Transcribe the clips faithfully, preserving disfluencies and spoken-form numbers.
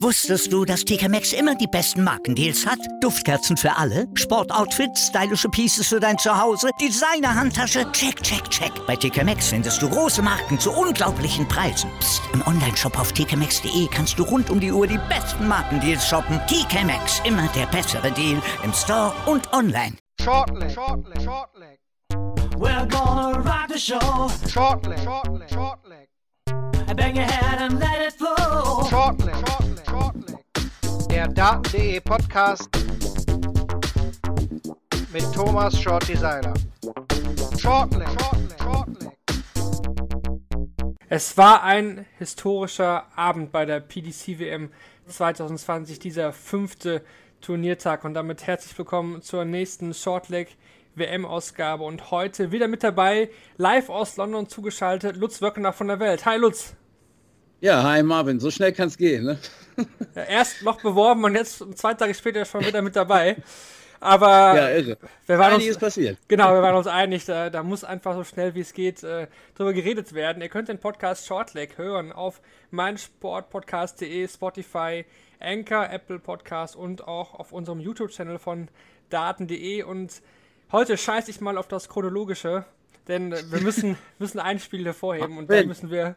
Wusstest du, dass T K Maxx immer die besten Markendeals hat? Duftkerzen für alle, Sportoutfits, stylische Pieces für dein Zuhause, Designer-Handtasche, check, check, check. Bei T K Maxx findest du große Marken zu unglaublichen Preisen. Psst. Im Onlineshop auf t k maxx punkt d e kannst du rund um die Uhr die besten Markendeals shoppen. T K Maxx, immer der bessere Deal im Store und online. Shortleg, shortleg, shortleg. We're gonna rock the show. Shortleg, shortleg, shortleg. Bang your head and let it flow. Shortleg, shortleg, shortleg. Der Daten punkt de Podcast mit Thomas Shorty Seiler. Shortleg, shortleg, shortleg. Es war ein historischer Abend bei der P D C W M zwanzig zwanzig, dieser fünfte Turniertag, und damit herzlich willkommen zur nächsten Shortleg W M-Ausgabe, und heute wieder mit dabei, live aus London zugeschaltet, Lutz Wöckener von der Welt. Hi Lutz. Ja, hi Marvin, so schnell kann's gehen, ne? Ja, erst noch beworben und jetzt zwei Tage später schon wieder mit dabei. Aber ja, irre. Wir waren Einiges uns, passiert. Genau, wir waren uns einig, da, da muss einfach so schnell wie es geht äh, drüber geredet werden. Ihr könnt den Podcast Shortleg hören auf meinsportpodcast punkt de, Spotify, Anchor, Apple Podcast und auch auf unserem YouTube-Channel von Daten punkt de. Und heute scheiße ich mal auf das Chronologische, denn wir müssen, müssen ein Spiel hervorheben und da müssen wir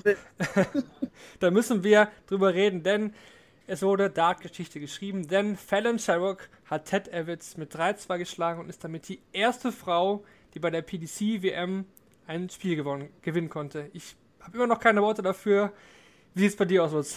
da müssen wir drüber reden, denn es wurde Dart-Geschichte geschrieben, denn Fallon Sherrock hat Ted Evans mit drei zwei geschlagen und ist damit die erste Frau, die bei der P D C W M ein Spiel gewonnen, gewinnen konnte. Ich habe immer noch keine Worte dafür. Wie sieht es bei dir aus, Lutz?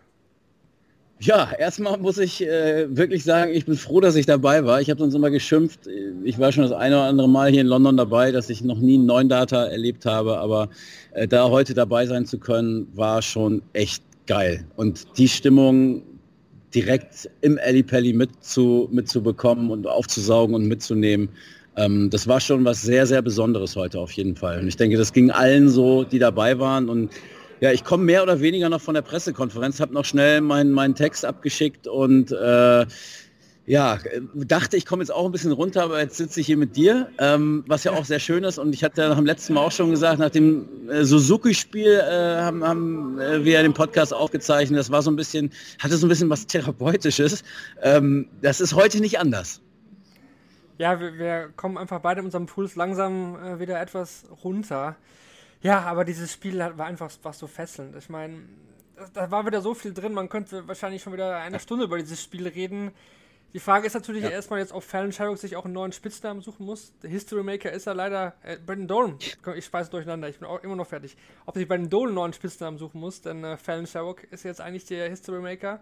Ja, erstmal muss ich äh, wirklich sagen, ich bin froh, dass ich dabei war. Ich habe sonst immer geschimpft. Ich war schon das eine oder andere Mal hier in London dabei, dass ich noch nie einen neuen Data erlebt habe. Aber äh, da heute dabei sein zu können, war schon echt geil. Und die Stimmung direkt im Ellipelli mitzu, mitzubekommen und aufzusaugen und mitzunehmen, ähm, das war schon was sehr, sehr Besonderes heute auf jeden Fall. Und ich denke, das ging allen so, die dabei waren. Und ja, ich komme mehr oder weniger noch von der Pressekonferenz, habe noch schnell meinen meinen Text abgeschickt und äh, ja, dachte, ich komme jetzt auch ein bisschen runter, aber jetzt sitze ich hier mit dir, ähm, was ja auch sehr schön ist. Und ich hatte ja nach dem letzten Mal auch schon gesagt, nach dem äh, Suzuki-Spiel äh, haben, haben äh, wir ja den Podcast aufgezeichnet. Das war so ein bisschen, hatte so ein bisschen was Therapeutisches. Ähm, das ist heute nicht anders. Ja, wir, wir kommen einfach beide in unserem Puls langsam äh, wieder etwas runter. Ja, aber dieses Spiel war einfach war so fesselnd. Ich meine, da war wieder so viel drin, man könnte wahrscheinlich schon wieder eine Stunde über dieses Spiel reden. Die Frage ist natürlich ja. erstmal jetzt, ob Fallon Sherrock sich auch einen neuen Spitznamen suchen muss. Der History Maker ist ja leider, äh, Brandon Dolan, ich speise durcheinander, ich bin auch immer noch fertig. Ob sich Brandon Dolan einen neuen Spitznamen suchen muss, denn äh, Fallon Sherrock ist jetzt eigentlich der History Maker.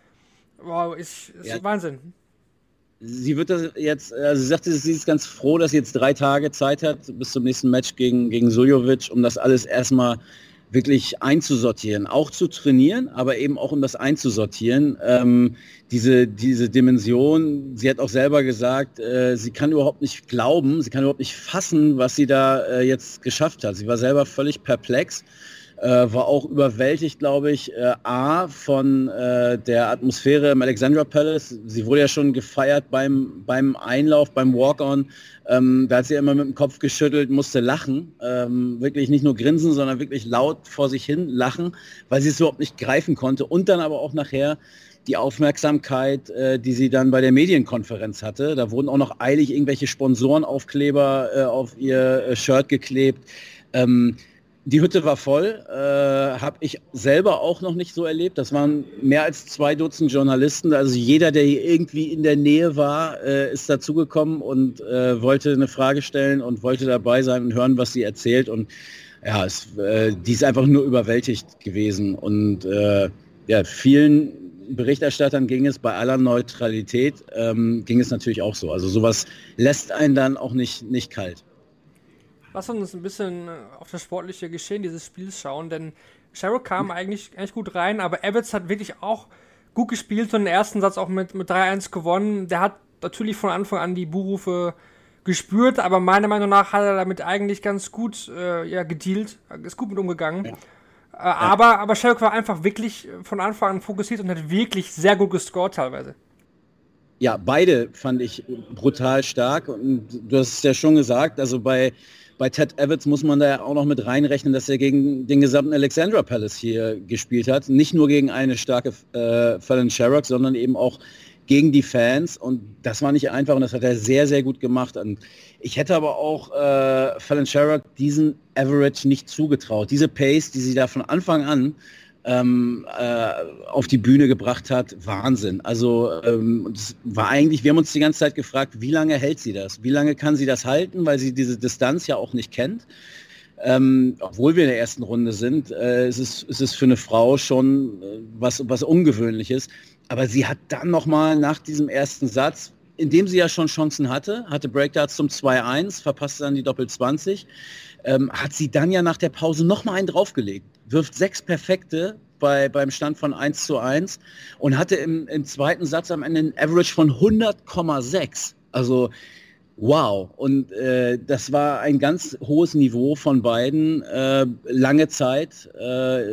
Wow, ist, ist ja. Wahnsinn. Sie wird das jetzt, also sie sagte, sie ist ganz froh, dass sie jetzt drei Tage Zeit hat bis zum nächsten Match gegen, gegen Suljovic, um das alles erstmal wirklich einzusortieren, auch zu trainieren, aber eben auch um das einzusortieren. Ähm, diese, diese Dimension, sie hat auch selber gesagt, äh, sie kann überhaupt nicht glauben, sie kann überhaupt nicht fassen, was sie da äh, jetzt geschafft hat. Sie war selber völlig perplex. Äh, war auch überwältigt, glaube ich, äh, A, von äh, der Atmosphäre im Alexandra Palace. Sie wurde ja schon gefeiert beim, beim Einlauf, beim Walk-On. Ähm, da hat sie immer mit dem Kopf geschüttelt, musste lachen. Ähm, wirklich nicht nur grinsen, sondern wirklich laut vor sich hin lachen, weil sie es überhaupt nicht greifen konnte. Und dann aber auch nachher die Aufmerksamkeit, äh, die sie dann bei der Medienkonferenz hatte. Da wurden auch noch eilig irgendwelche Sponsorenaufkleber äh, auf ihr äh, Shirt geklebt. Ähm, Die Hütte war voll, äh, habe ich selber auch noch nicht so erlebt. Das waren mehr als zwei Dutzend Journalisten. Also jeder, der hier irgendwie in der Nähe war, äh, ist dazugekommen und äh, wollte eine Frage stellen und wollte dabei sein und hören, was sie erzählt. Und ja, es, äh, die ist einfach nur überwältigt gewesen. Und äh, ja, vielen Berichterstattern ging es bei aller Neutralität, ähm, ging es natürlich auch so. Also sowas lässt einen dann auch nicht, nicht kalt. Lass uns ein bisschen auf das sportliche Geschehen dieses Spiels schauen, denn Sherrock kam eigentlich, eigentlich gut rein, aber Evans hat wirklich auch gut gespielt und den ersten Satz auch mit, mit drei eins gewonnen. Der hat natürlich von Anfang an die Buhrufe gespürt, aber meiner Meinung nach hat er damit eigentlich ganz gut äh, ja, gedealt, ist gut mit umgegangen. Ja. Äh, ja. Aber, aber Sherrock war einfach wirklich von Anfang an fokussiert und hat wirklich sehr gut gescored teilweise. Ja, beide fand ich brutal stark. Und du hast es ja schon gesagt, also bei, bei Ted Evans muss man da ja auch noch mit reinrechnen, dass er gegen den gesamten Alexandra Palace hier gespielt hat. Nicht nur gegen eine starke äh, Fallon Sherrock, sondern eben auch gegen die Fans. Und das war nicht einfach und das hat er sehr, sehr gut gemacht. Und ich hätte aber auch äh, Fallon Sherrock diesen Average nicht zugetraut. Diese Pace, die sie da von Anfang an Ähm, äh, auf die Bühne gebracht hat, Wahnsinn. Also ähm, das war eigentlich, wir haben uns die ganze Zeit gefragt, wie lange hält sie das? Wie lange kann sie das halten, weil sie diese Distanz ja auch nicht kennt. Ähm, obwohl wir in der ersten Runde sind, äh, es ist es ist für eine Frau schon äh, was, was Ungewöhnliches. Aber sie hat dann nochmal nach diesem ersten Satz, in dem sie ja schon Chancen hatte, hatte Breakdarts zum zwei eins, verpasste dann die Doppel zwanzig, ähm, hat sie dann ja nach der Pause nochmal einen draufgelegt. Wirft sechs Perfekte bei, beim Stand von eins zu eins und hatte im, im zweiten Satz am Ende einen Average von hundert Komma sechs. Also wow. Und äh, das war ein ganz hohes Niveau von beiden. Äh, lange Zeit. Äh,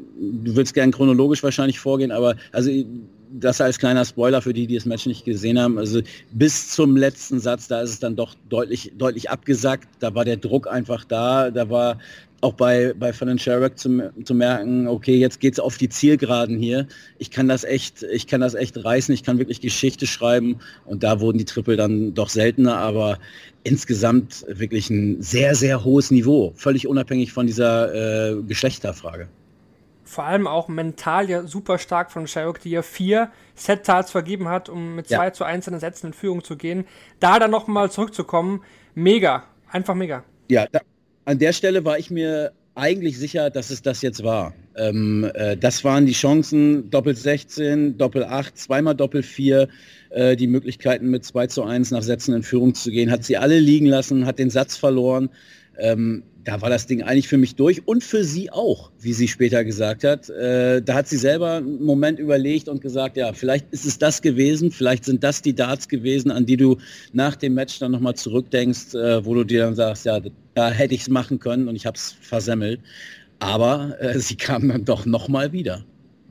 du willst gern chronologisch wahrscheinlich vorgehen, aber also das als kleiner Spoiler für die, die das Match nicht gesehen haben. Also bis zum letzten Satz, da ist es dann doch deutlich, deutlich abgesackt. Da war der Druck einfach da. Da war auch bei, bei Fallon Sherrock zu, zu merken, okay, jetzt geht's auf die Zielgeraden hier. Ich kann das echt, ich kann das echt reißen. Ich kann wirklich Geschichte schreiben. Und da wurden die Triple dann doch seltener, aber insgesamt wirklich ein sehr, sehr hohes Niveau. Völlig unabhängig von dieser äh, Geschlechterfrage. Vor allem auch mental ja super stark von Sherrock, die ja vier Set-Tarts vergeben hat, um mit zwei ja. zu eins in den Sätzen in Führung zu gehen. Da dann nochmal zurückzukommen, mega, einfach mega. Ja, da, an der Stelle war ich mir eigentlich sicher, dass es das jetzt war. Ähm, äh, das waren die Chancen, Doppel sechzehn, Doppel acht, zweimal Doppel vier, äh, die Möglichkeiten mit zwei zu eins nach Sätzen in Führung zu gehen, hat sie alle liegen lassen, hat den Satz verloren. Ähm, da war das Ding eigentlich für mich durch und für sie auch, wie sie später gesagt hat. Äh, da hat sie selber einen Moment überlegt und gesagt, ja, vielleicht ist es das gewesen, vielleicht sind das die Darts gewesen, an die du nach dem Match dann nochmal zurückdenkst, äh, wo du dir dann sagst, ja, da hätte ich es machen können und ich habe es versemmelt. Aber äh, sie kam dann doch nochmal wieder.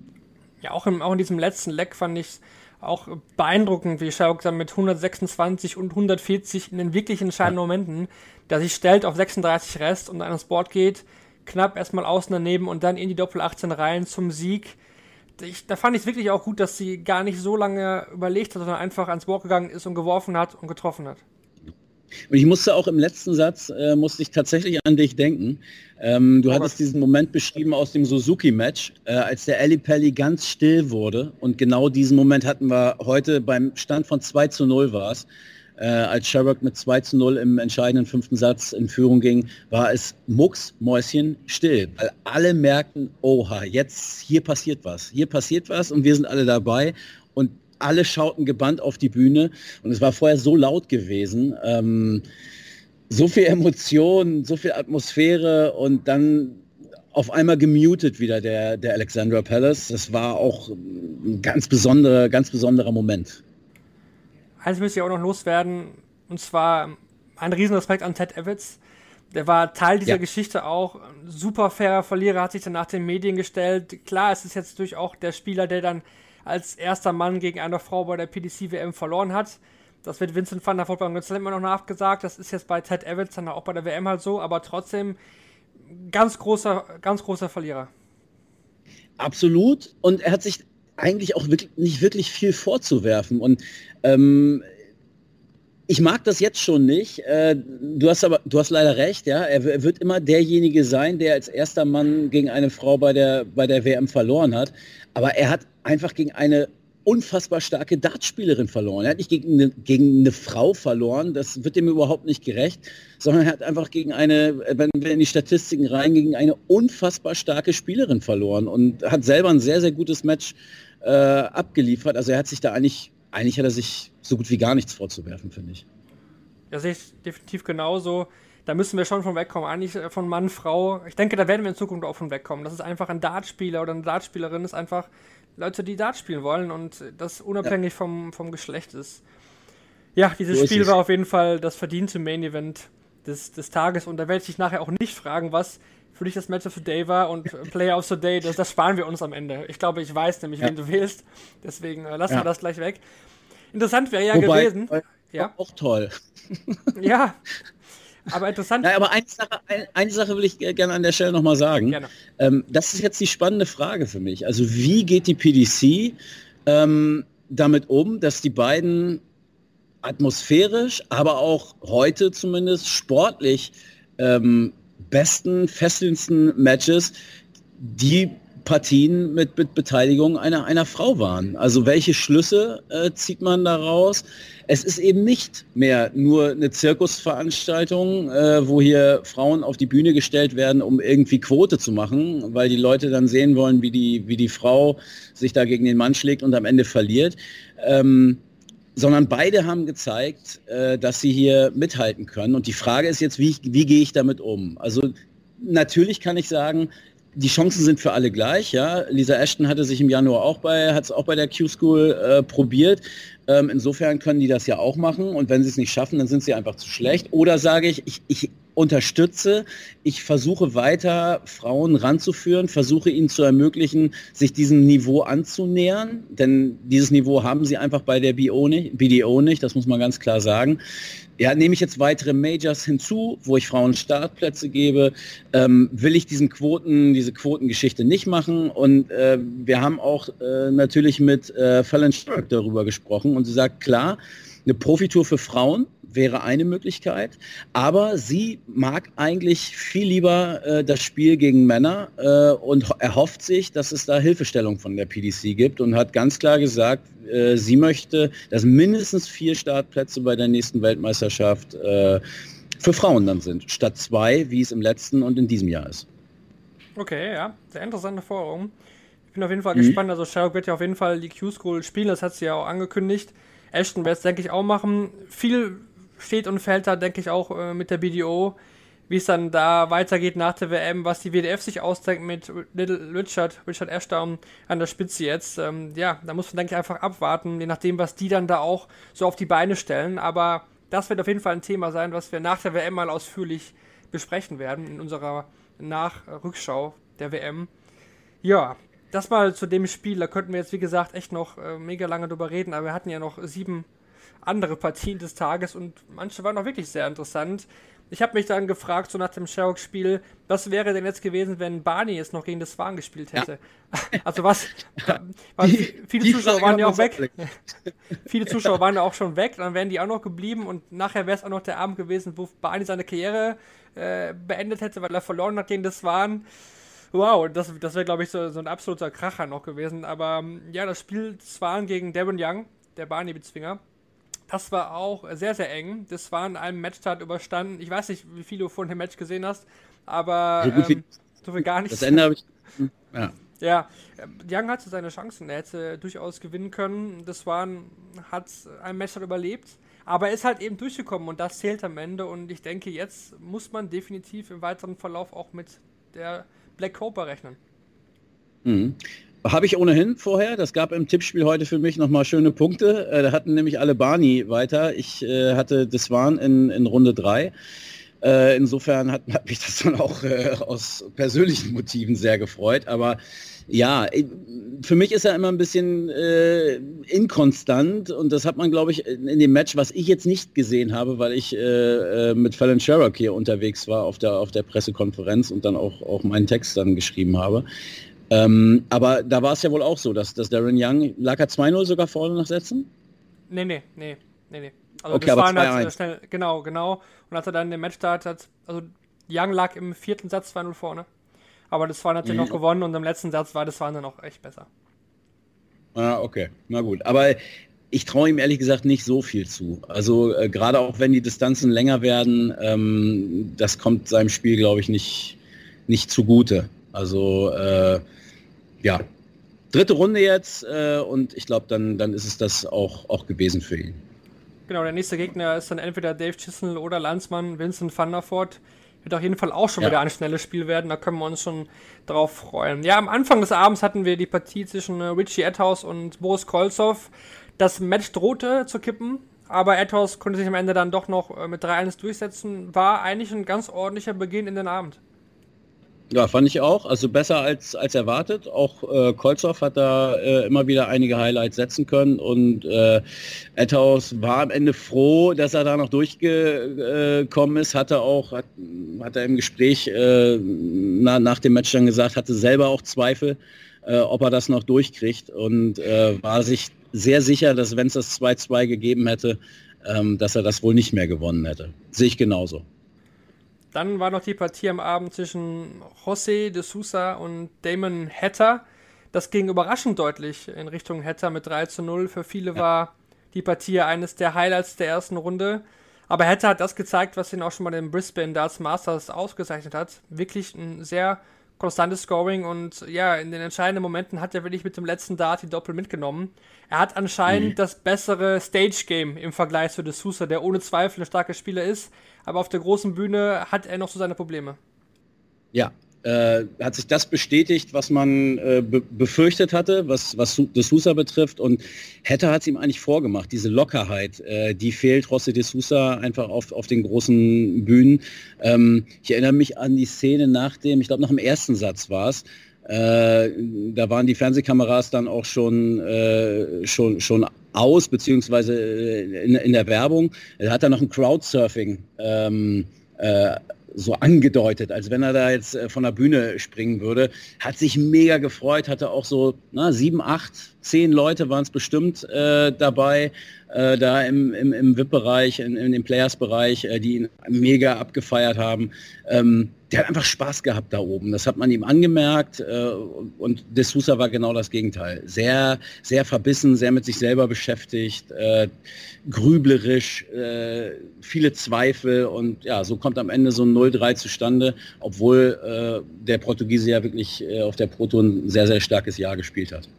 Ja, auch, im, auch in diesem letzten Leck fand ich auch beeindruckend, wie Sherrock dann mit hundertsechsundzwanzig und hundertvierzig in den wirklich entscheidenden ja. Momenten, der sich stellt auf sechsunddreißig Rest und an das Board geht, knapp erstmal außen daneben und dann in die Doppel achtzehn rein zum Sieg. Ich, da fand ich es wirklich auch gut, dass sie gar nicht so lange überlegt hat, sondern einfach ans Board gegangen ist und geworfen hat und getroffen hat. Und ich musste auch im letzten Satz, äh, musste ich tatsächlich an dich denken. Ähm, du oh, hattest was? diesen Moment beschrieben aus dem Suzuki-Match, äh, als der Ali Pelli ganz still wurde. Und genau diesen Moment hatten wir heute beim Stand von zwei zu null war es. Äh, als Sherrock mit zwei zu null im entscheidenden fünften Satz in Führung ging, war es mucksmäuschen still. Weil alle merkten, oha, jetzt, hier passiert was. Hier passiert was und wir sind alle dabei. Und alle schauten gebannt auf die Bühne und es war vorher so laut gewesen. Ähm, so viel Emotion, so viel Atmosphäre und dann auf einmal gemutet wieder der, der Alexandra Palace. Das war auch ein ganz besonderer, ganz besonderer Moment. Eins müsste ich auch noch loswerden, und zwar ein Riesenrespekt an Ted Evans. Der war Teil dieser ja. Geschichte auch. Ein super fairer Verlierer, hat sich dann nach den Medien gestellt. Klar, es ist jetzt durch auch der Spieler, der dann als erster Mann gegen eine Frau bei der P D C W M verloren hat. Das wird Vincent van der Voort beim Grand Slam immer noch nachgesagt. Das ist jetzt bei Ted Evans dann auch bei der W M halt so, aber trotzdem ganz großer, ganz großer Verlierer. Absolut. Und er hat sich eigentlich auch wirklich, nicht wirklich viel vorzuwerfen. Und ähm, ich mag das jetzt schon nicht. Äh, du hast aber, du hast leider recht, ja. Er, er wird immer derjenige sein, der als erster Mann gegen eine Frau bei der, bei der W M verloren hat. Aber er hat einfach gegen eine unfassbar starke Dartspielerin verloren. Er hat nicht gegen eine, gegen eine Frau verloren, das wird ihm überhaupt nicht gerecht, sondern er hat einfach gegen eine, wenn wir in die Statistiken reingehen, gegen eine unfassbar starke Spielerin verloren und hat selber ein sehr, sehr gutes Match äh, abgeliefert. Also er hat sich da eigentlich, eigentlich hat er sich so gut wie gar nichts vorzuwerfen, finde ich. Ja, sehe ich definitiv genauso. Da müssen wir schon von wegkommen, eigentlich von Mann, Frau. Ich denke, da werden wir in Zukunft auch von wegkommen. Das ist einfach ein Dartspieler oder eine Dartspielerin, ist einfach Leute, die Dart spielen wollen und das unabhängig ja. vom, vom Geschlecht ist. Ja, dieses so Spiel war auf jeden Fall das verdiente Main-Event des, des Tages und da werde ich dich nachher auch nicht fragen, was für dich das Match of the Day war und Player of the Day, das, das sparen wir uns am Ende. Ich glaube, ich weiß nämlich, ja. wen du wählst, deswegen äh, lassen ja. wir das gleich weg. interessant wäre ja Wobei, gewesen. Wobei, Ja. Auch toll. Ja, aber interessant. Ja, aber eine Sache, ein, eine Sache will ich gerne an der Stelle nochmal sagen. Gerne. Ähm, das ist jetzt die spannende Frage für mich. Also wie geht die P D C ähm, damit um, dass die beiden atmosphärisch, aber auch heute zumindest sportlich ähm, besten, fesselndsten Matches, die Partien mit, mit Beteiligung einer, einer Frau waren. Also welche Schlüsse äh, zieht man daraus? Es ist eben nicht mehr nur eine Zirkusveranstaltung, äh, wo hier Frauen auf die Bühne gestellt werden, um irgendwie Quote zu machen, weil die Leute dann sehen wollen, wie die, wie die Frau sich da gegen den Mann schlägt und am Ende verliert. Ähm, sondern beide haben gezeigt, äh, dass sie hier mithalten können. Und die Frage ist jetzt, wie, wie gehe ich damit um? Also natürlich kann ich sagen, die Chancen sind für alle gleich, ja. Lisa Ashton hatte sich im Januar auch bei, hat es auch bei der Q-School äh, probiert. Ähm, insofern können die das ja auch machen und wenn sie es nicht schaffen, dann sind sie einfach zu schlecht. Oder sage ich, ich, ich unterstütze, ich versuche weiter Frauen ranzuführen, versuche ihnen zu ermöglichen, sich diesem Niveau anzunähern, denn dieses Niveau haben sie einfach bei der B D O nicht, B D O nicht, das muss man ganz klar sagen. Ja, nehme ich jetzt weitere Majors hinzu, wo ich Frauen Startplätze gebe, ähm, will ich diesen Quoten, diese Quotengeschichte nicht machen. Und äh, wir haben auch äh, natürlich mit äh, Fallon Sherrock darüber gesprochen und sie sagt, klar, eine Profitour für Frauen wäre eine Möglichkeit, aber sie mag eigentlich viel lieber äh, das Spiel gegen Männer äh, und erhofft sich, dass es da Hilfestellung von der P D C gibt und hat ganz klar gesagt, äh, sie möchte, dass mindestens vier Startplätze bei der nächsten Weltmeisterschaft äh, für Frauen dann sind, statt zwei, wie es im letzten und in diesem Jahr ist. Okay, ja, sehr interessante Forderung. Ich bin auf jeden Fall Mhm. gespannt, also Sherrock wird ja auf jeden Fall die Q-School spielen, das hat sie ja auch angekündigt. Ashton wird es, denke ich, auch machen. Viel steht und fällt da, denke ich, auch äh, mit der B D O, wie es dann da weitergeht nach der W M, was die W D F sich ausdenkt mit Little Richard, Richard Ashdown an der Spitze jetzt. Ähm, ja, da muss man, denke ich, einfach abwarten, je nachdem, was die dann da auch so auf die Beine stellen. Aber das wird auf jeden Fall ein Thema sein, was wir nach der W M mal ausführlich besprechen werden in unserer Nachrückschau der W M. Ja, das mal zu dem Spiel. Da könnten wir jetzt, wie gesagt, echt noch äh, mega lange drüber reden, aber wir hatten ja noch sieben andere Partien des Tages und manche waren auch wirklich sehr interessant. Ich habe mich dann gefragt, so nach dem Sherrock-Spiel, was wäre denn jetzt gewesen, wenn Barney jetzt noch gegen das Swan gespielt hätte? Ja. Also was, was Die- viele die Zuschauer Frage waren haben ja wir auch uns weg. Viele Zuschauer waren ja auch schon weg, dann wären die auch noch geblieben und nachher wäre es auch noch der Abend gewesen, wo Barney seine Karriere äh, beendet hätte, weil er verloren hat gegen das Swan. Wow, das, das wäre, glaube ich, so, so ein absoluter Kracher noch gewesen. Aber ja, das Spiel Swan gegen Darren Young, der Barney-Bezwinger, das war auch sehr, sehr eng. Das war in einem Matchstart überstanden. Ich weiß nicht, wie viel du von dem Match gesehen hast, aber So gut wie- ähm, so viel gar nicht. Das Ende habe ich... Ja. Ja, Young hatte seine Chancen. Er hätte durchaus gewinnen können. Das war, hat ein Matchstart überlebt. Aber er ist halt eben durchgekommen und das zählt am Ende. Und ich denke, jetzt muss man definitiv im weiteren Verlauf auch mit der Black Cobra rechnen. Mhm. Habe ich ohnehin vorher. Das gab im Tippspiel heute für mich nochmal schöne Punkte. Äh, da hatten nämlich alle Barney weiter. Ich äh, hatte das waren in, in Runde drei. Äh, insofern hat, hat mich das dann auch äh, aus persönlichen Motiven sehr gefreut. Aber ja, für mich ist er immer ein bisschen äh, inkonstant und das hat man, glaube ich, in dem Match, was ich jetzt nicht gesehen habe, weil ich äh, mit Fallon Sherrock hier unterwegs war auf der, auf der Pressekonferenz und dann auch, auch meinen Text dann geschrieben habe. Ähm, aber da war es ja wohl auch so, dass, dass Darren Young, lag er zwei null sogar vorne nach Sätzen? Nee, nee, nee, nee, nee. Also Okay, das aber waren zwei halt eins. äh, schnell, genau, genau. Und als er dann den Matchstart hat, also Young lag im vierten Satz zwei null vorne. Aber das war natürlich Mhm. noch gewonnen und im letzten Satz war das waren dann auch echt besser. Ah, okay, na gut. Aber ich traue ihm ehrlich gesagt nicht so viel zu. Also äh, gerade auch wenn die Distanzen länger werden, ähm, das kommt seinem Spiel, glaube ich, nicht, nicht zugute. Also äh, ja, dritte Runde jetzt äh, und ich glaube, dann, dann ist es das auch, auch gewesen für ihn. Genau, der nächste Gegner ist dann entweder Dave Chisnell oder Landsmann Vincent van der Voort. Wird auf jeden Fall auch schon Ja. wieder ein schnelles Spiel werden, da können wir uns schon drauf freuen. Ja, am Anfang des Abends hatten wir die Partie zwischen äh, Richie Etthaus und Boris Kolzow. Das Match drohte zu kippen, aber Etthaus konnte sich am Ende dann doch noch äh, mit drei eins durchsetzen. War eigentlich ein ganz ordentlicher Beginn in den Abend. Ja, fand ich auch. Also besser als, als erwartet. Auch äh, Kolzow hat da äh, immer wieder einige Highlights setzen können und äh, Etthaus war am Ende froh, dass er da noch durchgekommen ist. Hatte auch, hat, hat er im Gespräch äh, na, nach dem Match dann gesagt, hatte selber auch Zweifel, äh, ob er das noch durchkriegt und äh, war sich sehr sicher, dass wenn es das zwei zwei gegeben hätte, ähm, dass er das wohl nicht mehr gewonnen hätte. Sehe ich genauso. Dann war noch die Partie am Abend zwischen José de Sousa und Damon Hatter. Das ging überraschend deutlich in Richtung Hatter mit drei zu null. Für viele ja. war die Partie eines der Highlights der ersten Runde. Aber Hatter hat das gezeigt, was ihn auch schon mal im Brisbane Darts Masters ausgezeichnet hat. Wirklich ein sehr konstantes Scoring und ja, in den entscheidenden Momenten hat er wirklich mit dem letzten Dart die Doppel mitgenommen. Er hat anscheinend mhm. das bessere Stage-Game im Vergleich zu de Sousa, der ohne Zweifel ein starker Spieler ist, aber auf der großen Bühne hat er noch so seine Probleme. Ja, äh, hat sich das bestätigt, was man äh, be- befürchtet hatte, was, was de Sousa betrifft, und Hatter hat es ihm eigentlich vorgemacht, diese Lockerheit, äh, die fehlt José de Sousa einfach auf, auf den großen Bühnen. Ähm, ich erinnere mich an die Szene nach dem, ich glaube nach dem ersten Satz war es, äh, da waren die Fernsehkameras dann auch schon, äh, schon, schon aus, beziehungsweise in, in der Werbung. Er hat dann noch ein Crowdsurfing ähm, äh, so angedeutet, als wenn er da jetzt äh, von der Bühne springen würde. Hat sich mega gefreut, hatte auch so na, sieben, acht, zehn Leute waren es bestimmt äh, dabei, äh, da im, im, im V I P-Bereich, in, in dem Players-Bereich, äh, die ihn mega abgefeiert haben. Ähm, der hat einfach Spaß gehabt da oben. Das hat man ihm angemerkt äh, und de Sousa war genau das Gegenteil. Sehr, sehr verbissen, sehr mit sich selber beschäftigt, äh, grüblerisch, äh, viele Zweifel und ja, so kommt am Ende so ein null drei zustande, obwohl äh, der Portugiese ja wirklich äh, auf der Pro-Tour ein sehr, sehr starkes Jahr gespielt hat.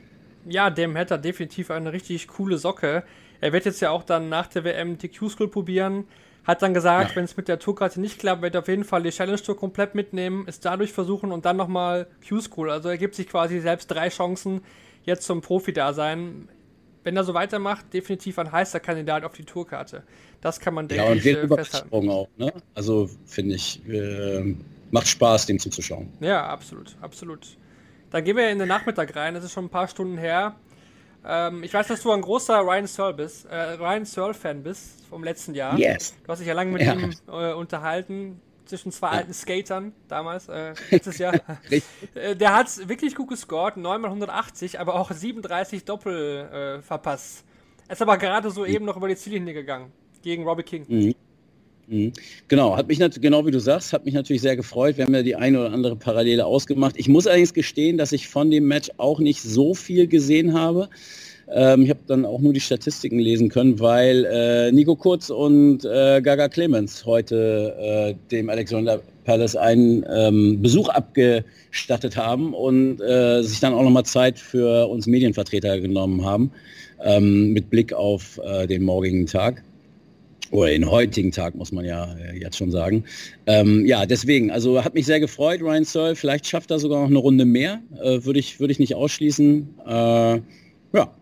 Ja, dem hätte er definitiv eine richtig coole Socke. Er wird jetzt ja auch dann nach der W M die Q-School probieren. Hat dann gesagt, ja. wenn es mit der Tourkarte nicht klappt, wird er auf jeden Fall die Challenge Tour komplett mitnehmen, es dadurch versuchen und dann nochmal Q-School. Also er gibt sich quasi selbst drei Chancen jetzt zum Profi-Dasein. Wenn er so weitermacht, definitiv ein heißer Kandidat auf die Tourkarte. Das kann man, denke ja, und ich, wird äh, festhalten. Auch, ne? Also finde ich, äh, macht Spaß, dem zuzuschauen. Ja, absolut, absolut. Dann gehen wir in den Nachmittag rein, das ist schon ein paar Stunden her. Ähm, ich weiß, dass du ein großer Ryan Searle bist, äh, Ryan Searle-Fan bist vom letzten Jahr. Yes. Du hast dich ja lange mit ja. ihm äh, unterhalten, zwischen zwei ja. alten Skatern damals, äh, letztes Jahr. äh, der hat wirklich gut gescored, neun mal hundertachtzig, aber auch siebenunddreißig Doppel äh, verpasst. Er ist aber gerade so mhm. eben noch über die Ziellinie gegangen, gegen Robbie King. Mhm. Mhm. Genau, hat mich nat- genau wie du sagst, hat mich natürlich sehr gefreut. Wir haben ja die eine oder andere Parallele ausgemacht. Ich muss allerdings gestehen, dass ich von dem Match auch nicht so viel gesehen habe. Ähm, ich habe dann auch nur die Statistiken lesen können, weil äh, Nico Kurz und äh, Gaga Clemens heute äh, dem Alexander Palace einen ähm, Besuch abgestattet haben und äh, sich dann auch nochmal Zeit für uns Medienvertreter genommen haben, ähm, mit Blick auf äh, den morgigen Tag. Oder den heutigen Tag, muss man ja jetzt schon sagen. Ähm, ja, deswegen, also hat mich sehr gefreut, Ryan Searle. Vielleicht schafft er sogar noch eine Runde mehr. Äh, Würde ich, würd ich nicht ausschließen. Äh, ja.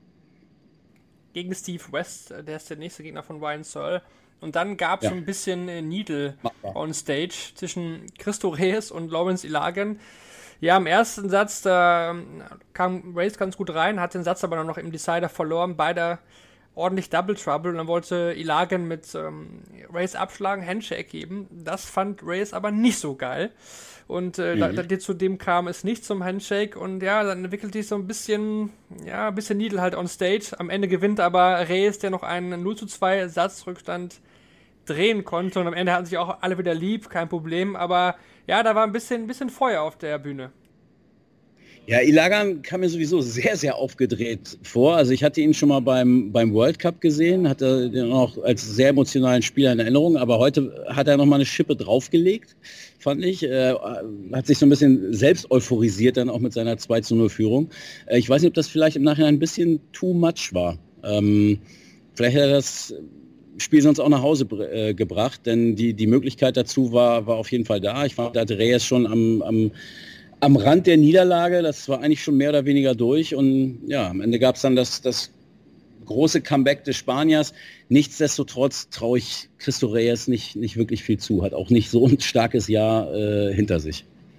Gegen Steve West, der ist der nächste Gegner von Ryan Searle. Und dann gab es ja. so ein bisschen äh, Needle Machbar. on Stage zwischen Christo Reyes und Lawrence Ilagan. Ja, im ersten Satz, da kam Reyes ganz gut rein, hat den Satz aber noch im Decider verloren. Beide ordentlich Double Trouble und dann wollte Ilagan mit ähm, Reyes abschlagen, Handshake geben. Das fand Reyes aber nicht so geil. Und äh, mhm. da, da zu dem kam es nicht zum Handshake und ja, dann entwickelte sich so ein bisschen, ja, ein bisschen Needle halt on Stage. Am Ende gewinnt aber Reyes, der noch einen null zu zwei Satzrückstand drehen konnte und am Ende hatten sich auch alle wieder lieb, kein Problem. Aber ja, da war ein bisschen, ein bisschen Feuer auf der Bühne. Ja, Ilagan kam mir sowieso sehr, sehr aufgedreht vor. Also ich hatte ihn schon mal beim, beim World Cup gesehen, hatte ihn auch als sehr emotionalen Spieler in Erinnerung, aber heute hat er noch mal eine Schippe draufgelegt, fand ich. Äh, hat sich so ein bisschen selbst euphorisiert dann auch mit seiner zwei zu null Führung. Äh, ich weiß nicht, ob das vielleicht im Nachhinein ein bisschen too much war. Ähm, vielleicht hat er das Spiel sonst auch nach Hause äh, gebracht, denn die, die Möglichkeit dazu war, war auf jeden Fall da. Ich fand, da hatte Reyes schon am, am am Rand der Niederlage, das war eigentlich schon mehr oder weniger durch und ja, am Ende gab es dann das, das große Comeback des Spaniers. Nichtsdestotrotz traue ich Christo Reyes nicht, nicht wirklich viel zu, hat auch nicht so ein starkes Jahr äh, hinter sich.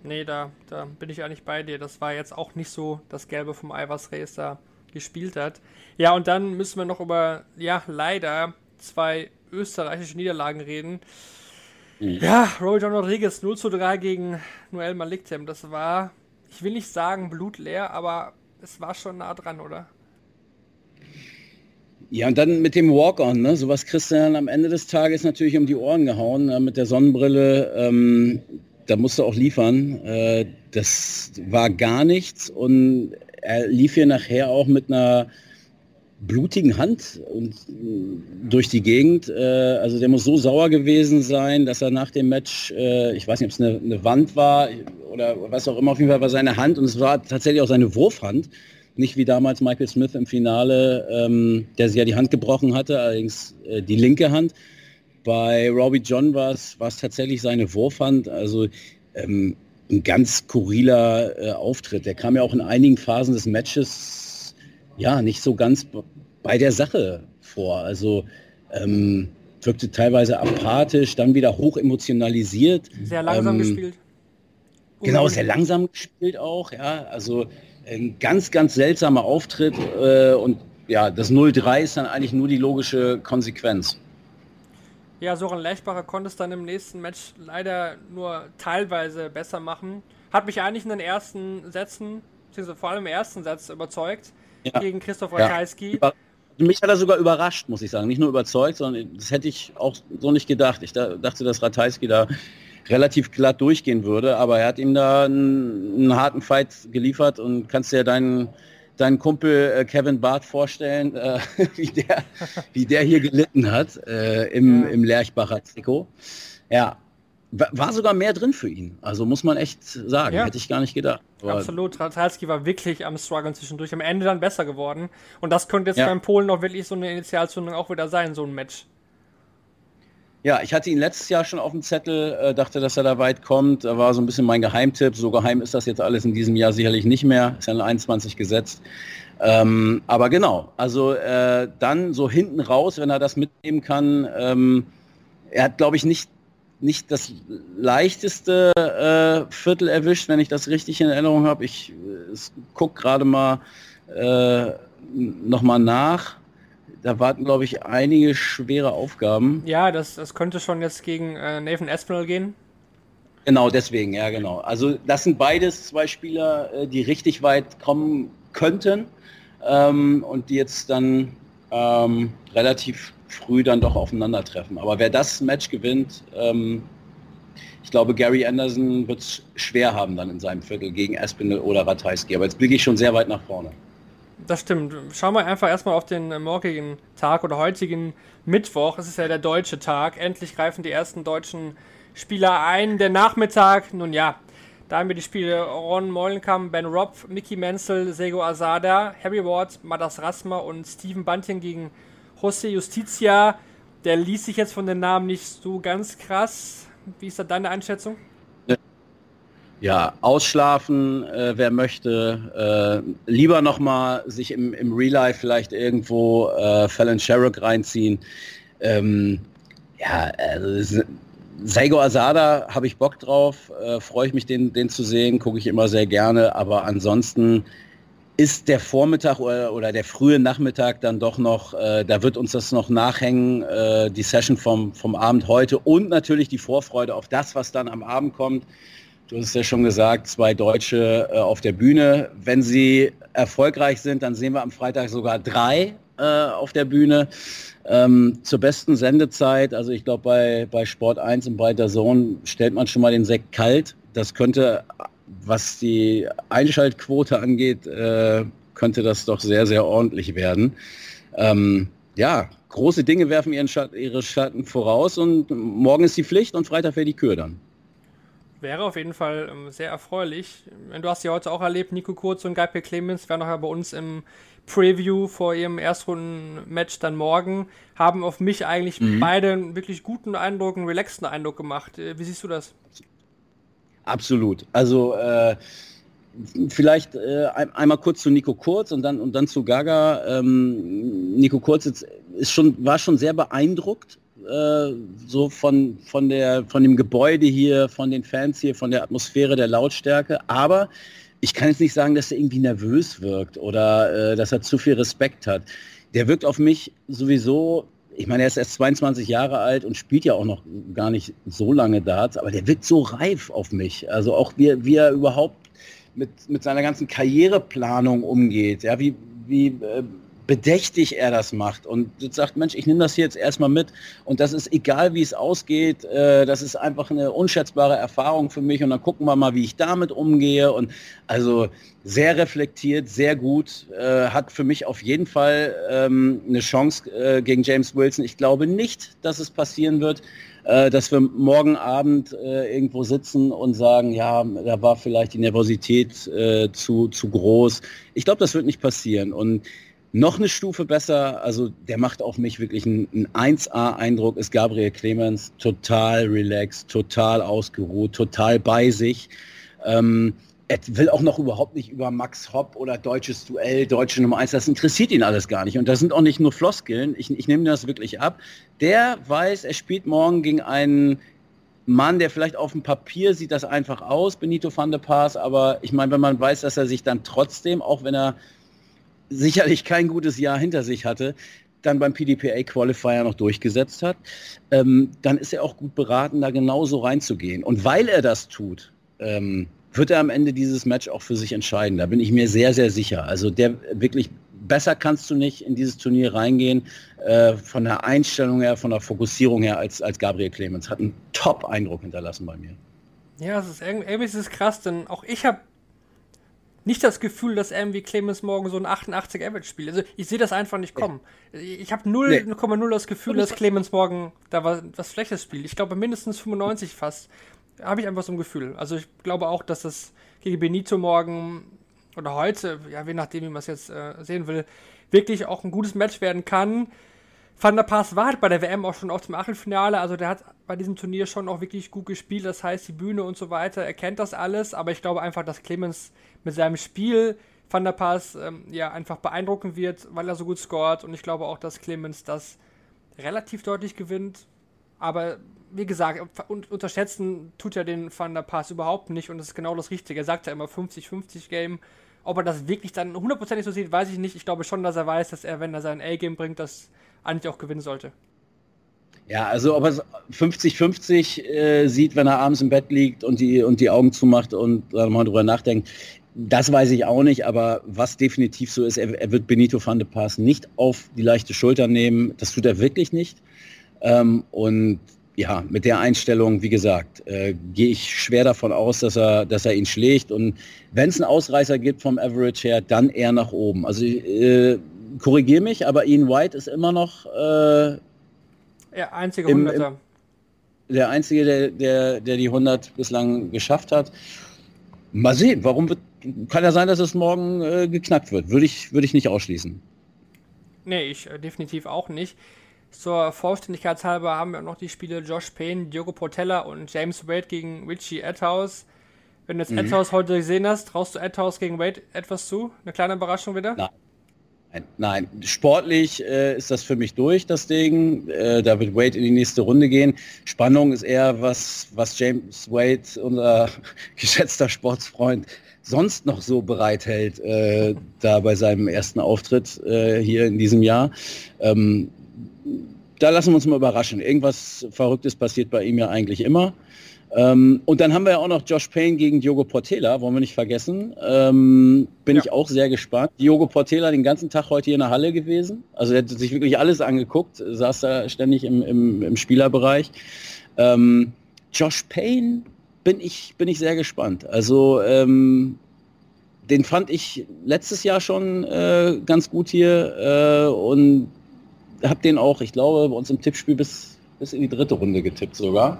Nee, da, da bin ich eigentlich bei dir. Das war jetzt auch nicht so das Gelbe vom Ei, was Reyes da gespielt hat. Ja, und dann müssen wir noch über, ja, leider zwei österreichische Niederlagen reden. Mhm. Ja, Rory John Rodriguez null zu drei gegen Noel Maliktem. Das war, ich will nicht sagen blutleer, aber es war schon nah dran, oder? Ja, und dann mit dem Walk-On, ne? Sowas kriegst du dann am Ende des Tages natürlich um die Ohren gehauen, äh, mit der Sonnenbrille. Ähm, da musst du auch liefern. Äh, das war gar nichts. Und er lief hier nachher auch mit einer blutigen Hand und durch die Gegend. Äh, also der muss so sauer gewesen sein, dass er nach dem Match, äh, ich weiß nicht, ob es eine, eine Wand war oder was auch immer, auf jeden Fall war seine Hand, und es war tatsächlich auch seine Wurfhand. Nicht wie damals Michael Smith im Finale, ähm, der sich ja die Hand gebrochen hatte, allerdings äh, die linke Hand. Bei Robbie John war es tatsächlich seine Wurfhand, also ähm, ein ganz skurriler äh, Auftritt. Der kam ja auch in einigen Phasen des Matches ja nicht so ganz b- bei der Sache vor. Also ähm, wirkte teilweise apathisch, dann wieder hoch emotionalisiert. Sehr langsam ähm, gespielt. Genau, sehr langsam gespielt auch, ja, also ein ganz, ganz seltsamer Auftritt äh, und ja, das null drei ist dann eigentlich nur die logische Konsequenz. Ja, Soren Lerchbacher konnte es dann im nächsten Match leider nur teilweise besser machen. Hat mich eigentlich in den ersten Sätzen, beziehungsweise vor allem im ersten Satz überzeugt, ja, gegen Christoph Ratajski. Ja. Mich hat er sogar überrascht, muss ich sagen. Nicht nur überzeugt, sondern das hätte ich auch so nicht gedacht. Ich da, dachte, dass Ratajski da relativ glatt durchgehen würde, aber er hat ihm da einen, einen harten Fight geliefert, und kannst dir deinen, deinen Kumpel äh, Kevin Barth vorstellen, äh, wie, der, wie der hier gelitten hat äh, im, im Lerchbacher Trikot. Ja, war sogar mehr drin für ihn, also muss man echt sagen, ja. Hätte ich gar nicht gedacht. Aber absolut, Ratajski war wirklich am Struggeln zwischendurch, am Ende dann besser geworden, und das könnte jetzt ja. beim Polen auch wirklich so eine Initialzündung auch wieder sein, so ein Match. Ja, ich hatte ihn letztes Jahr schon auf dem Zettel, äh, dachte, dass er da weit kommt. Da war so ein bisschen mein Geheimtipp. So geheim ist das jetzt alles in diesem Jahr sicherlich nicht mehr. Ist ja in einundzwanzig gesetzt. Ähm, aber genau, also äh, dann so hinten raus, wenn er das mitnehmen kann. Ähm, er hat, glaube ich, nicht, nicht das leichteste äh, Viertel erwischt, wenn ich das richtig in Erinnerung habe. Ich äh, gucke gerade mal äh, nochmal nach. Da warten, glaube ich, einige schwere Aufgaben. Ja, das, das könnte schon jetzt gegen äh, Nathan Aspinall gehen. Genau, deswegen, ja genau. Also das sind beides zwei Spieler, äh, die richtig weit kommen könnten ähm, und die jetzt dann ähm, relativ früh dann doch aufeinandertreffen. Aber wer das Match gewinnt, ähm, ich glaube, Gary Anderson wird es schwer haben dann in seinem Viertel gegen Aspinall oder Ratajski. Aber jetzt blicke ich schon sehr weit nach vorne. Das stimmt. Schauen wir einfach erstmal auf den morgigen Tag oder heutigen Mittwoch. Es ist ja der deutsche Tag. Endlich greifen die ersten deutschen Spieler ein. Der Nachmittag, nun ja, da haben wir die Spiele Ron Meulenkamp, Ben Robb, Mickey Menzel, Sego Asada, Harry Ward, Madas Rasma und Steven Bunting gegen José Justicia. Der liest sich jetzt von den Namen nicht so ganz krass. Wie ist da deine Einschätzung? Ja, ausschlafen, äh, wer möchte, äh, lieber nochmal sich im, im Real Life vielleicht irgendwo äh, Fallon Sherrock reinziehen. Ähm, ja, also Seigo Asada habe ich Bock drauf, äh, freue ich mich, den, den zu sehen, gucke ich immer sehr gerne, aber ansonsten ist der Vormittag oder, oder der frühe Nachmittag dann doch noch, äh, da wird uns das noch nachhängen, äh, die Session vom, vom Abend heute und natürlich die Vorfreude auf das, was dann am Abend kommt. Du hast es ja schon gesagt, zwei Deutsche äh, auf der Bühne. Wenn sie erfolgreich sind, dann sehen wir am Freitag sogar drei äh, auf der Bühne. Ähm, zur besten Sendezeit, also ich glaube bei, bei Sport eins und bei D A Z N stellt man schon mal den Sekt kalt. Das könnte, was die Einschaltquote angeht, äh, könnte das doch sehr, sehr ordentlich werden. Ähm, ja, große Dinge werfen ihren Schatten, ihre Schatten voraus, und morgen ist die Pflicht und Freitag wäre die Kür dann. Wäre auf jeden Fall ähm, sehr erfreulich. Du hast ja heute auch erlebt, Nico Kurz und Guy Clemens werden nachher bei uns im Preview vor ihrem Erstrunden-Match dann morgen, haben auf mich eigentlich mhm. beide einen wirklich guten Eindruck, einen relaxten Eindruck gemacht. Wie siehst du das? Absolut. Also äh, vielleicht äh, ein, einmal kurz zu Nico Kurz und dann, und dann zu Gaga. Ähm, Nico Kurz ist schon, war schon sehr beeindruckt äh, so von, von, der, von dem Gebäude hier, von den Fans hier, von der Atmosphäre, der Lautstärke. Aber ich kann jetzt nicht sagen, dass er irgendwie nervös wirkt oder äh, dass er zu viel Respekt hat. Der wirkt auf mich sowieso, ich meine, er ist erst zweiundzwanzig Jahre alt und spielt ja auch noch gar nicht so lange Darts, aber der wirkt so reif auf mich. Also auch wie, wie er überhaupt mit, mit seiner ganzen Karriereplanung umgeht, ja, wie, wie äh, bedächtig er das macht und sagt, Mensch, ich nehme das hier jetzt erstmal mit und das ist egal, wie es ausgeht, äh, das ist einfach eine unschätzbare Erfahrung für mich und dann gucken wir mal, wie ich damit umgehe und also sehr reflektiert, sehr gut, äh, hat für mich auf jeden Fall ähm, eine Chance äh, gegen James Wilson. Ich glaube nicht, dass es passieren wird, äh, dass wir morgen Abend äh, irgendwo sitzen und sagen, ja, da war vielleicht die Nervosität äh, zu, zu groß. Ich glaube, das wird nicht passieren und noch eine Stufe besser, also der macht auf mich wirklich einen, einen eins A-Eindruck, ist Gabriel Clemens, total relaxed, total ausgeruht, total bei sich. Ähm, er will auch noch überhaupt nicht über Max Hopp oder deutsches Duell, deutsche Nummer eins, das interessiert ihn alles gar nicht. Und das sind auch nicht nur Floskeln, ich, ich nehme das wirklich ab. Der weiß, er spielt morgen gegen einen Mann, der vielleicht auf dem Papier sieht das einfach aus, Benito van der Paas, aber ich meine, wenn man weiß, dass er sich dann trotzdem, auch wenn er sicherlich kein gutes Jahr hinter sich hatte, dann beim P D P A-Qualifier noch durchgesetzt hat, ähm, dann ist er auch gut beraten, da genauso reinzugehen. Und weil er das tut, ähm, wird er am Ende dieses Match auch für sich entscheiden. Da bin ich mir sehr, sehr sicher. Also der wirklich, besser kannst du nicht in dieses Turnier reingehen, äh, von der Einstellung her, von der Fokussierung her, als, als Gabriel Clemens. Hat einen Top-Eindruck hinterlassen bei mir. Ja, es ist irgendwie ist es krass, denn auch ich habe nicht das Gefühl, dass irgendwie Clemens morgen so ein achtundachtzig Average spielt. Also ich sehe das einfach nicht kommen. Ich habe null Komma null das Gefühl, dass Clemens morgen da was, was Schlechtes spielt. Ich glaube mindestens fünfundneunzig fast. Habe ich einfach so ein Gefühl. Also ich glaube auch, dass das gegen Benito morgen oder heute, ja, je nachdem, wie man es jetzt äh, sehen will, wirklich auch ein gutes Match werden kann. Van der Paas war halt bei der W M auch schon auf dem Achtelfinale, also der hat bei diesem Turnier schon auch wirklich gut gespielt, das heißt die Bühne und so weiter, er kennt das alles, aber ich glaube einfach, dass Clemens mit seinem Spiel Van der Paas ähm, ja einfach beeindrucken wird, weil er so gut scoret und ich glaube auch, dass Clemens das relativ deutlich gewinnt, aber wie gesagt, un- unterschätzen tut er den Van der Paas überhaupt nicht und das ist genau das Richtige, er sagt ja immer fünfzig fünfzig Game, ob er das wirklich dann hundertprozentig so sieht, weiß ich nicht, ich glaube schon, dass er weiß, dass er, wenn er sein A-Game bringt, das eigentlich auch gewinnen sollte. Ja, also ob er fünfzig fünfzig äh, sieht, wenn er abends im Bett liegt und die, und die Augen zumacht und dann mal drüber nachdenkt, das weiß ich auch nicht, aber was definitiv so ist, er, er wird Benito van der Paas nicht auf die leichte Schulter nehmen, das tut er wirklich nicht. Ähm, und ja, mit der Einstellung, wie gesagt, äh, gehe ich schwer davon aus, dass er, dass er ihn schlägt und wenn es einen Ausreißer gibt vom Average her, dann eher nach oben. Also äh, korrigiere mich, aber Ian White ist immer noch äh, ja, einzige im, Hunderter. Im, der Einzige, der, der, der die hundert bislang geschafft hat. Mal sehen, warum wird, kann ja sein, dass es morgen äh, geknackt wird. Würde ich, würde ich nicht ausschließen. Nee, ich äh, definitiv auch nicht. Zur Vollständigkeit halber haben wir noch die Spiele Josh Payne, Diogo Portela und James Wade gegen Richie Etthaus. Wenn du jetzt mhm. Etthaus heute gesehen hast, traust du Etthaus gegen Wade etwas zu? Eine kleine Überraschung wieder? Nein. Nein, nein. Sportlich äh, ist das für mich durch, das Ding. Äh, da wird Wade in die nächste Runde gehen. Spannung ist eher, was, was James Wade, unser geschätzter Sportsfreund, sonst noch so bereithält, äh, da bei seinem ersten Auftritt äh, hier in diesem Jahr. Ähm, da lassen wir uns mal überraschen. Irgendwas Verrücktes passiert bei ihm ja eigentlich immer. Ähm, und dann haben wir ja auch noch Josh Payne gegen Diogo Portela, wollen wir nicht vergessen. Ähm, bin ja. ich auch sehr gespannt. Diogo Portela den ganzen Tag heute hier in der Halle gewesen. Also er hat sich wirklich alles angeguckt, saß da ständig im, im, im Spielerbereich. Ähm, Josh Payne bin ich, bin ich sehr gespannt. Also ähm, den fand ich letztes Jahr schon äh, ganz gut hier äh, und habe den auch, ich glaube, bei uns im Tippspiel bis, bis in die dritte Runde getippt sogar.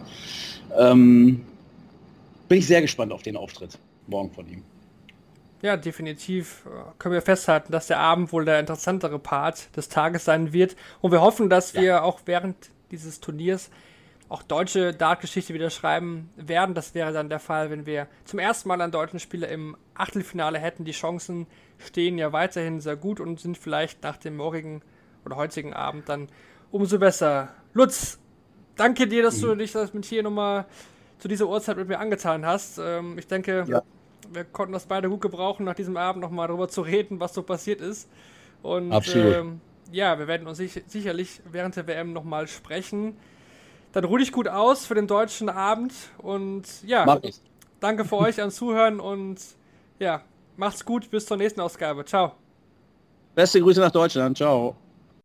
Ähm, bin ich sehr gespannt auf den Auftritt morgen von ihm. Ja, definitiv können wir festhalten, dass der Abend wohl der interessantere Part des Tages sein wird. Und wir hoffen, dass wir ja. auch während dieses Turniers auch deutsche Dartgeschichte wieder schreiben werden. Das wäre dann der Fall, wenn wir zum ersten Mal einen deutschen Spieler im Achtelfinale hätten. Die Chancen stehen ja weiterhin sehr gut und sind vielleicht nach dem morgigen oder heutigen Abend dann umso besser. Lutz, danke dir, dass mhm. du dich das mit hier nochmal zu dieser Uhrzeit mit mir angetan hast. Ähm, ich denke, ja. wir konnten das beide gut gebrauchen, nach diesem Abend nochmal darüber zu reden, was so passiert ist. Und Absolut. Ähm, ja, wir werden uns sich, sicherlich während der W M nochmal sprechen. Dann ruh dich gut aus für den deutschen Abend und ja, Mach ich. Danke für euch ans Zuhören und ja, macht's gut, bis zur nächsten Ausgabe. Ciao. Beste Grüße nach Deutschland. Ciao.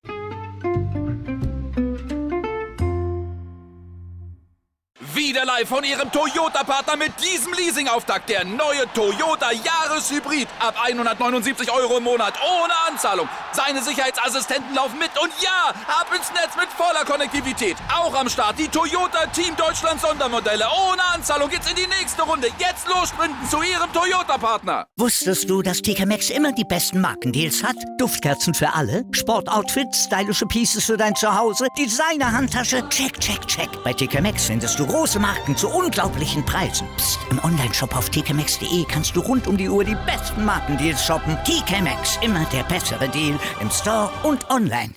Wieder live von Ihrem Toyota-Partner mit diesem Leasing-Auftakt. Der neue Toyota Jahreshybrid. Ab hundertneunundsiebzig Euro im Monat. Ohne Anzahlung. Seine Sicherheitsassistenten laufen mit. Und ja, ab ins Netz mit voller Konnektivität. Auch am Start die Toyota Team Deutschland Sondermodelle. Ohne Anzahlung geht's in die nächste Runde. Jetzt los sprinten zu Ihrem Toyota-Partner. Wusstest du, dass T K Maxx immer die besten Markendeals hat? Duftkerzen für alle, Sportoutfits, stylische Pieces für dein Zuhause, Designer-Handtasche, check, check, check. Bei T K Maxx findest du große Marken zu unglaublichen Preisen. Psst. Im Onlineshop auf t k maxx punkt d e kannst du rund um die Uhr die besten Markendeals shoppen. T K Maxx, immer der bessere Deal im Store und online.